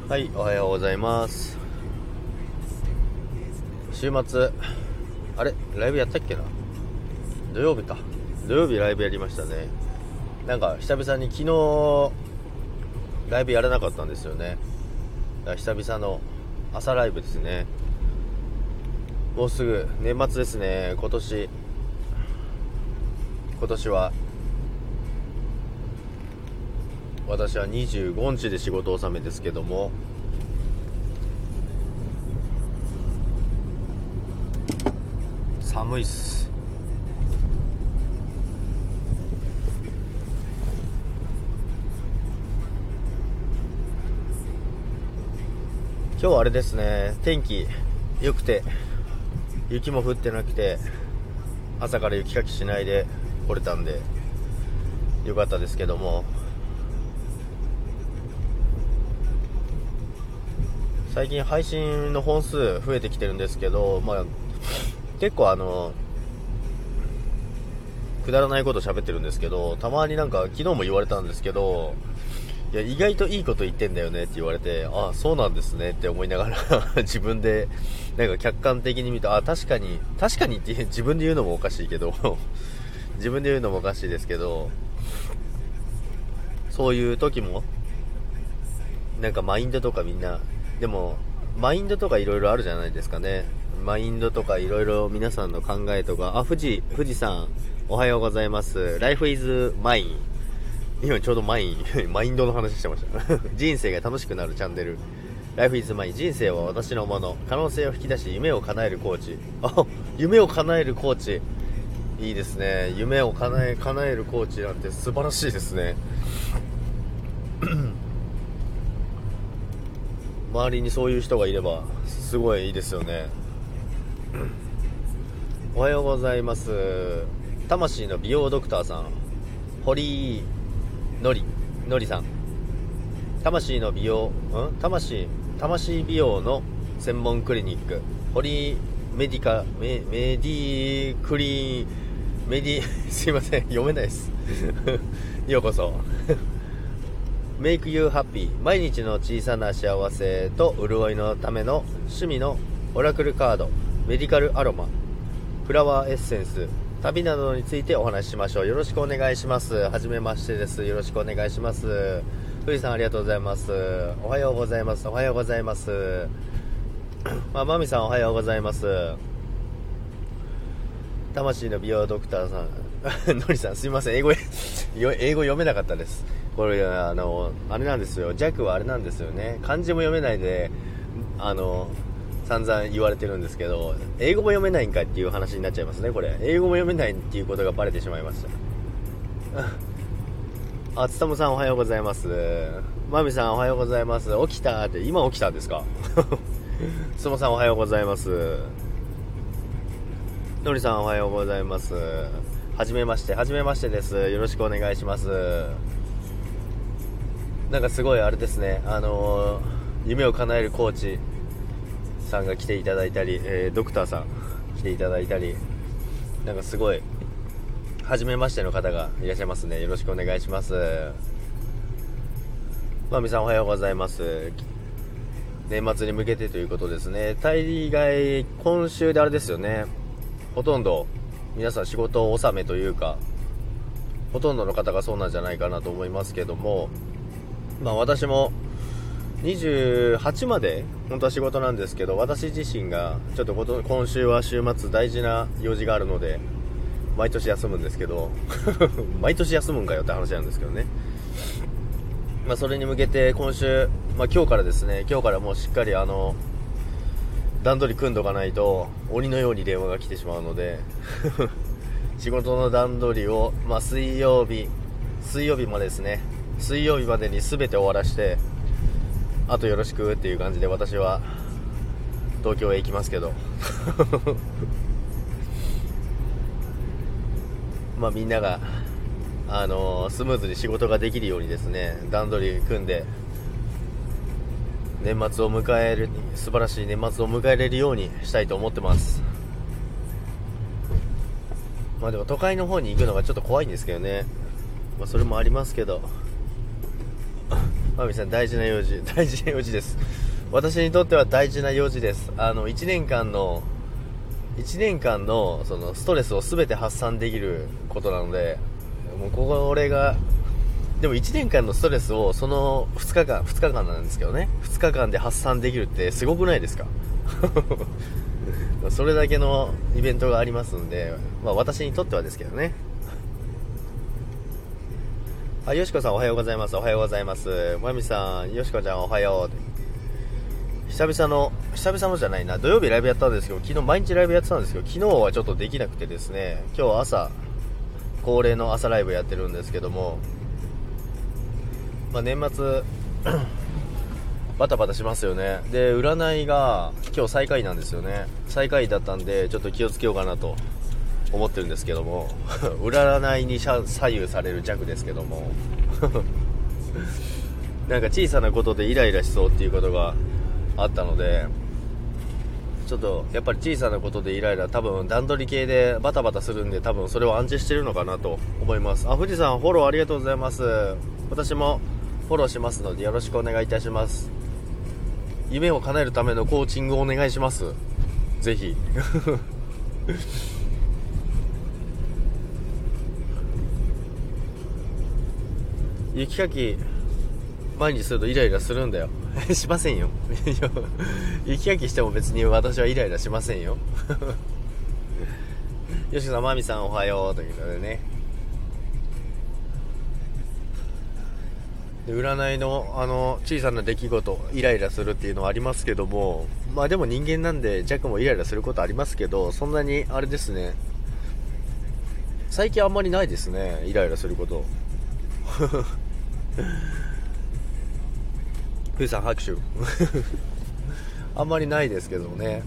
はい、おはようございます。週末、あれライブやったっけな。土曜日か。土曜日ライブやりましたね。なんか久々に昨日ライブやらなかったんですよね。だから久々の朝ライブですね。もうすぐ年末ですね。今年は私は25日で仕事納めですけども、寒いっす。今日はあれですね、天気良くて雪も降ってなくて、朝から雪かきしないで来れたんで良かったですけども、最近配信の本数増えてきてるんですけど、結構くだらないこと喋ってるんですけど、たまになんか昨日も言われたんですけど、いや意外といいこと言ってんだよねって言われて、あ、そうなんですねって思いながら自分でなんか客観的に見ると、あ、確かにって自分で言うのもおかしいけど自分で言うのもおかしいですけど、そういう時もなんかマインドとかみんな、でもマインドとかいろいろあるじゃないですかね。マインドとかいろいろ皆さんの考えとか、あ、富士さんおはようございます。 Life is Mine。 今ちょうどマインドの話してました人生が楽しくなるチャンネル Life is Mine。 人生は私のもの、可能性を引き出し夢を叶えるコーチ。あ、夢を叶えるコーチ、いいですね。夢を叶えるコーチなんて素晴らしいですね周りにそういう人がいればすごいいいですよね。おはようございます。魂の美容ドクターさん、堀井のりさん。魂の美容、魂美容の専門クリニック、堀井メディクリメディすいません、読めないですようこそMake you happy。 毎日の小さな幸せと潤いのための趣味のオラクルカード、メディカルアロマ、フラワーエッセンス、旅などについてお話ししましょう。よろしくお願いします。はじめましてです。よろしくお願いします。富士さんありがとうございます。おはようございます。おはようございますマミさんおはようございます。魂の美容ドクターさんのりさんすいません、英語読めなかったです。これあれなんですよ、弱はあれなんですよね、漢字も読めないで散々言われてるんですけど、英語も読めないんかっていう話になっちゃいますね。これ英語も読めないっていうことがバレてしまいましたあ、つたむさんおはようございます。まみさんおはようございます。起きたって、今起きたんですかつともさんおはようございます。のりさんおはようございます。はじめましてです。よろしくお願いします。なんかすごいあれですね、夢を叶えるコーチさんが来ていただいたり、ドクターさん来ていただいたり、なんかすごい初めましての方がいらっしゃいますね。よろしくお願いします。まみさんおはようございます。年末に向けてということですね。大概今週であれですよね、ほとんど皆さん仕事納めというか、ほとんどの方がそうなんじゃないかなと思いますけども、私も28まで本当は仕事なんですけど、私自身がちょっと今週は週末大事な用事があるので毎年休むんですけど毎年休むんかよって話なんですけどね。それに向けて今週、今日からですね、今日からもうしっかり段取り組んどかないと鬼のように電話が来てしまうので仕事の段取りを、水曜日までですね、水曜日までに全て終わらしてあとよろしくっていう感じで私は東京へ行きますけどみんながスムーズに仕事ができるようにですね、段取り組んで年末を迎える、素晴らしい年末を迎えれるようにしたいと思ってます。でも都会の方に行くのがちょっと怖いんですけどね、それもありますけどまみさん、大事な用事です。私にとっては大事な用事です。1年間のそのストレスを全て発散できることなので、もうこれが、でも1年間のストレスをその2日間なんですけどね、2日間で発散できるってすごくないですか？それだけのイベントがありますんで、まあ私にとってはですけどね。あ、よしこさんおはようございます。おはようございます。まみさん、よしこちゃんおはよう。久々のじゃないな、土曜日ライブやったんですけど、昨日毎日ライブやってたんですけど、昨日はちょっとできなくてですね、今日朝、恒例の朝ライブやってるんですけども、まあ、年末バタバタしますよね。で、占いが今日最下位なんですよね。最下位だったんで、ちょっと気をつけようかなと思ってるんですけども占いに左右される弱ですけどもなんか小さなことでイライラしそうっていうことがあったので、ちょっとやっぱり小さなことでイライラ、多分段取り系でバタバタするんで、多分それを暗示してるのかなと思います。富士山フォローありがとうございます。私もフォローしますのでよろしくお願いいたします。夢を叶えるためのコーチングをお願いします、ぜひ雪かき毎日するとイライラするんだよしませんよ雪かきしても別に私はイライラしませんよよしこさん、まみさんおはようということでね、で占いの小さな出来事イライラするっていうのはありますけども、まあでも人間なんで弱もイライラすることありますけど、そんなにあれですね、最近あんまりないですね、イライラすることふうさん拍手あんまりないですけどね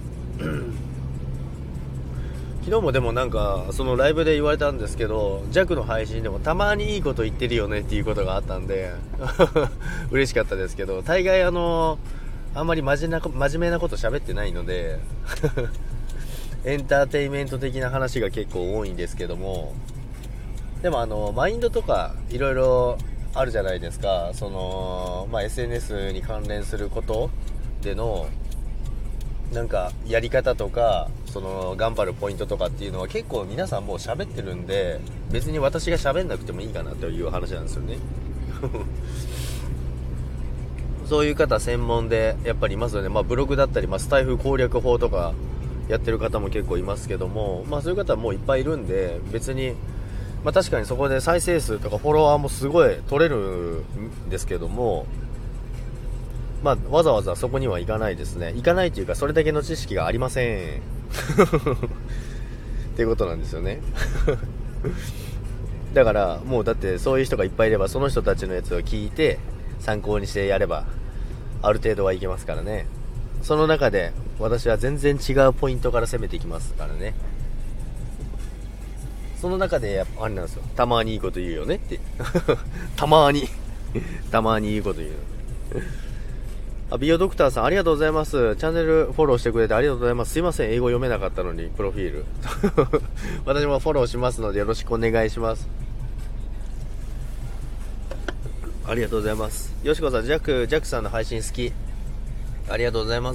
昨日もでもなんかそのライブで言われたんですけど、弱の配信でもたまにいいこと言ってるよねっていうことがあったんで嬉しかったですけど、大概あんまり真面目なこと喋ってないのでエンターテインメント的な話が結構多いんですけども、でもマインドとかいろいろあるじゃないですか。その、まあ、SNS に関連することでのなんかやり方とか、その頑張るポイントとかっていうのは結構皆さんもう喋ってるんで、別に私が喋んなくてもいいかなという話なんですよねそういう方専門でやっぱりいますよね。まあ、ブログだったり、まあ、スタイフ攻略法とかやってる方も結構いますけども、まあ、そういう方はもういっぱいいるんで、別にまあ、確かにそこで再生数とかフォロワーもすごい取れるんですけども、まあ、わざわざそこには行かないですね。行かないというか、それだけの知識がありませんっていうことなんですよねだからもうだってそういう人がいっぱいいれば、その人たちのやつを聞いて参考にしてやればある程度はいけますからね。その中で私は全然違うポイントから攻めていきますからね。その中であれなんですよ、たまにいいこと言うよねってたまにいいこと言う美容ドクターさんありがとうございます。チャンネルフォローしてくれてありがとうございます。すいません、英語読めなかったのにプロフィール私もフォローしますのでよろしくお願いします。ありがとうございます。よしこさん、ジャックさんの配信好き、ありがとうございます。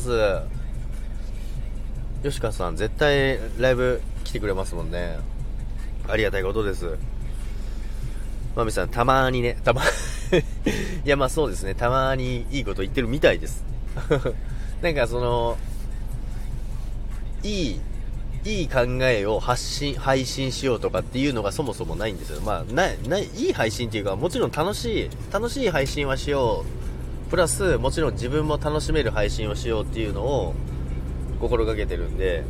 よしこさん絶対ライブ来てくれますもんね。ありがたいことです。まみさん、たまにね、いや、まあそうですね、たまにいいこと言ってるみたいですなんかそのいい考えを配信しようとかっていうのがそもそもないんですよ。まあいい配信っていうか、もちろん楽しい配信はしよう、プラスもちろん自分も楽しめる配信をしようっていうのを心がけてるんで、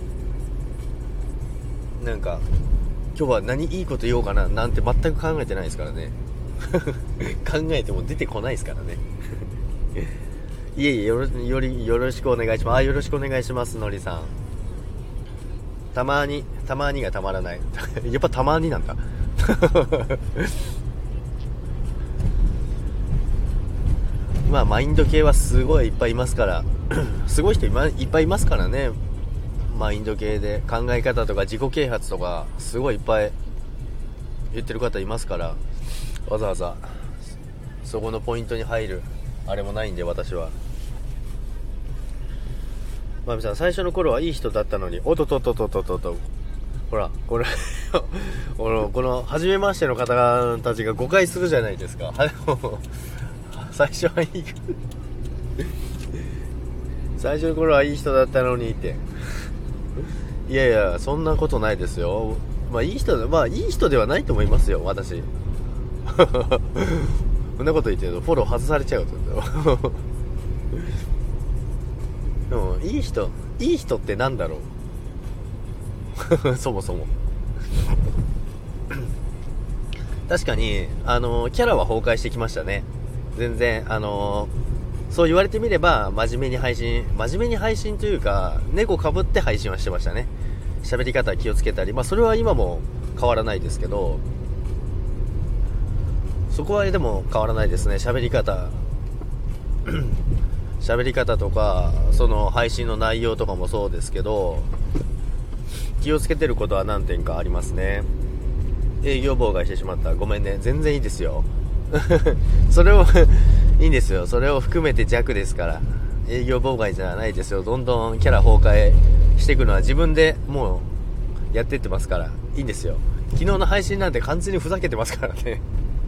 なんか今日は何いいこと言おうかななんて全く考えてないですからね考えても出てこないですからねいえいえ、よろしくお願いします。よろしくお願いします。のりさん、たまにがたまらないやっぱたまになんだまあマインド系はすごいいっぱいいますからすごい人いっぱいいますからね。マインド系で考え方とか自己啓発とかすごいいっぱい言ってる方いますから、わざわざそこのポイントに入るあれもないんで、私は。まみさん、最初の頃はいい人だったのに、おととととととと、ほら、これこの初めましての方たちが誤解するじゃないですか。最初はいい最初の頃はいい人だったのにって。いやいや、そんなことないですよ。まあいい人ではないと思いますよ、私。そんなこと言ってるとフォロー外されちゃうと。でもいい人ってなんだろう。そもそも。確かにキャラは崩壊してきましたね。全然そう言われてみれば真面目に配信というか、猫かぶって配信はしてましたね。喋り方気をつけたり、まあそれは今も変わらないですけど、そこはでも変わらないですね。喋り方とか、その配信の内容とかもそうですけど、気をつけてることは何点かありますね。営業妨害してしまった、ごめんね。全然いいですよ。それをいいんですよ。それを含めて弱ですから。営業妨害じゃないですよ。どんどんキャラ崩壊していくのは自分でもうやってってますから、いいんですよ。昨日の配信なんて完全にふざけてますからね。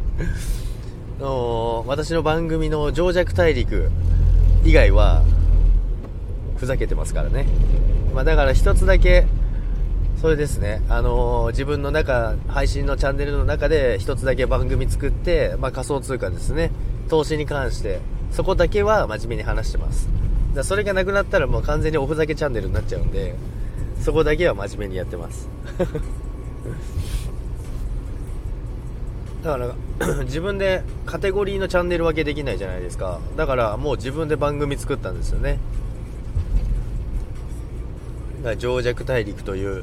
私の番組の情弱大陸以外はふざけてますからね。まあだから一つだけそれですね、自分の配信のチャンネルの中で一つだけ番組作って、まあ仮想通貨ですね、投資に関してそこだけは真面目に話してます。それがなくなったらもう完全におふざけチャンネルになっちゃうんで、そこだけは真面目にやってます。だから自分でカテゴリーのチャンネル分けできないじゃないですか。だからもう自分で番組作ったんですよね。だから情弱大陸という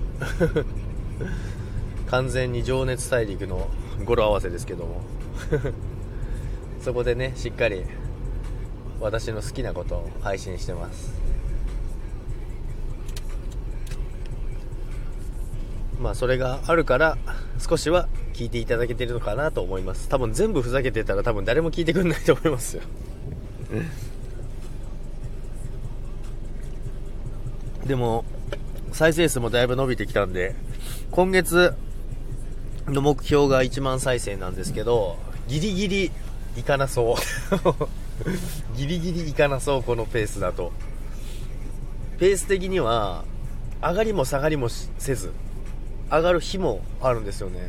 完全に情熱大陸の語呂合わせですけどもそこでね、しっかり私の好きなことを配信してます。まあそれがあるから少しは聞いていただけてるのかなと思います。多分全部ふざけてたら多分誰も聞いてくんないと思いますよ。でも再生数もだいぶ伸びてきたんで、今月の目標が1万再生なんですけど、ギリギリいかなそうギリギリいかなそう。このペースだとペース的には上がりも下がりもせず、上がる日もあるんですよね。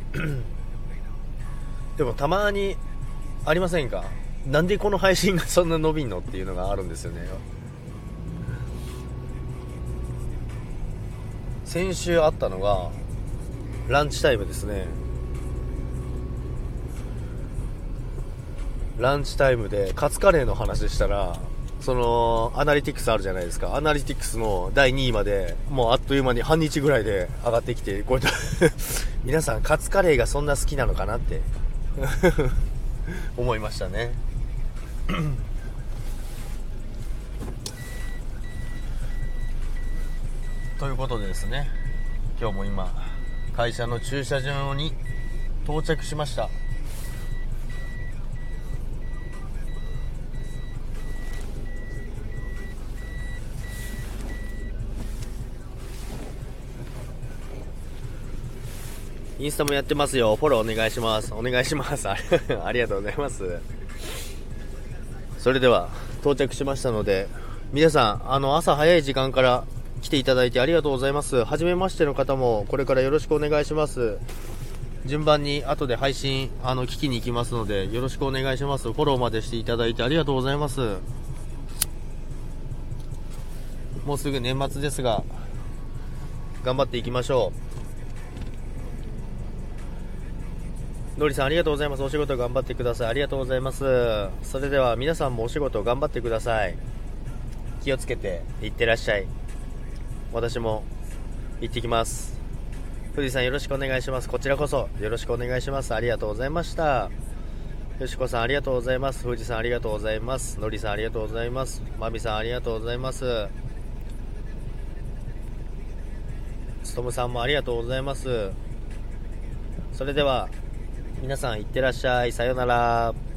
でもたまにありませんか？なんでこの配信がそんな伸びんのっていうのがあるんですよね。先週あったのがランチタイムですね。ランチタイムでカツカレーの話したら、そのアナリティクスあるじゃないですか。アナリティクスの第2位までもうあっという間に半日ぐらいで上がってきて、これ皆さんカツカレーがそんな好きなのかなって思いましたね。ということでですね、今日も今会社の駐車場に到着しました。インスタもやってますよ。フォローお願いします。お願いします。ありがとうございます。それでは到着しましたので、皆さん朝早い時間から来ていただいてありがとうございます。初めましての方もこれからよろしくお願いします。順番に後で配信聞きに行きますのでよろしくお願いします。フォローまでしていただいてありがとうございます。もうすぐ年末ですが頑張っていきましょう。のりさんありがとうございます。お仕事頑張ってください。ありがとうございます。それでは皆さんもお仕事頑張ってください。気をつけていってらっしゃい。私も行ってきます。富士さんよろしくお願いします。こちらこそよろしくお願いします。ありがとうございました。よしこさんありがとうございます。富士さんありがとうございます。のりさんありがとうございます。まみさんありがとうございます。つとむさんもありがとうございます。それでは皆さんいってらっしゃい。さようなら。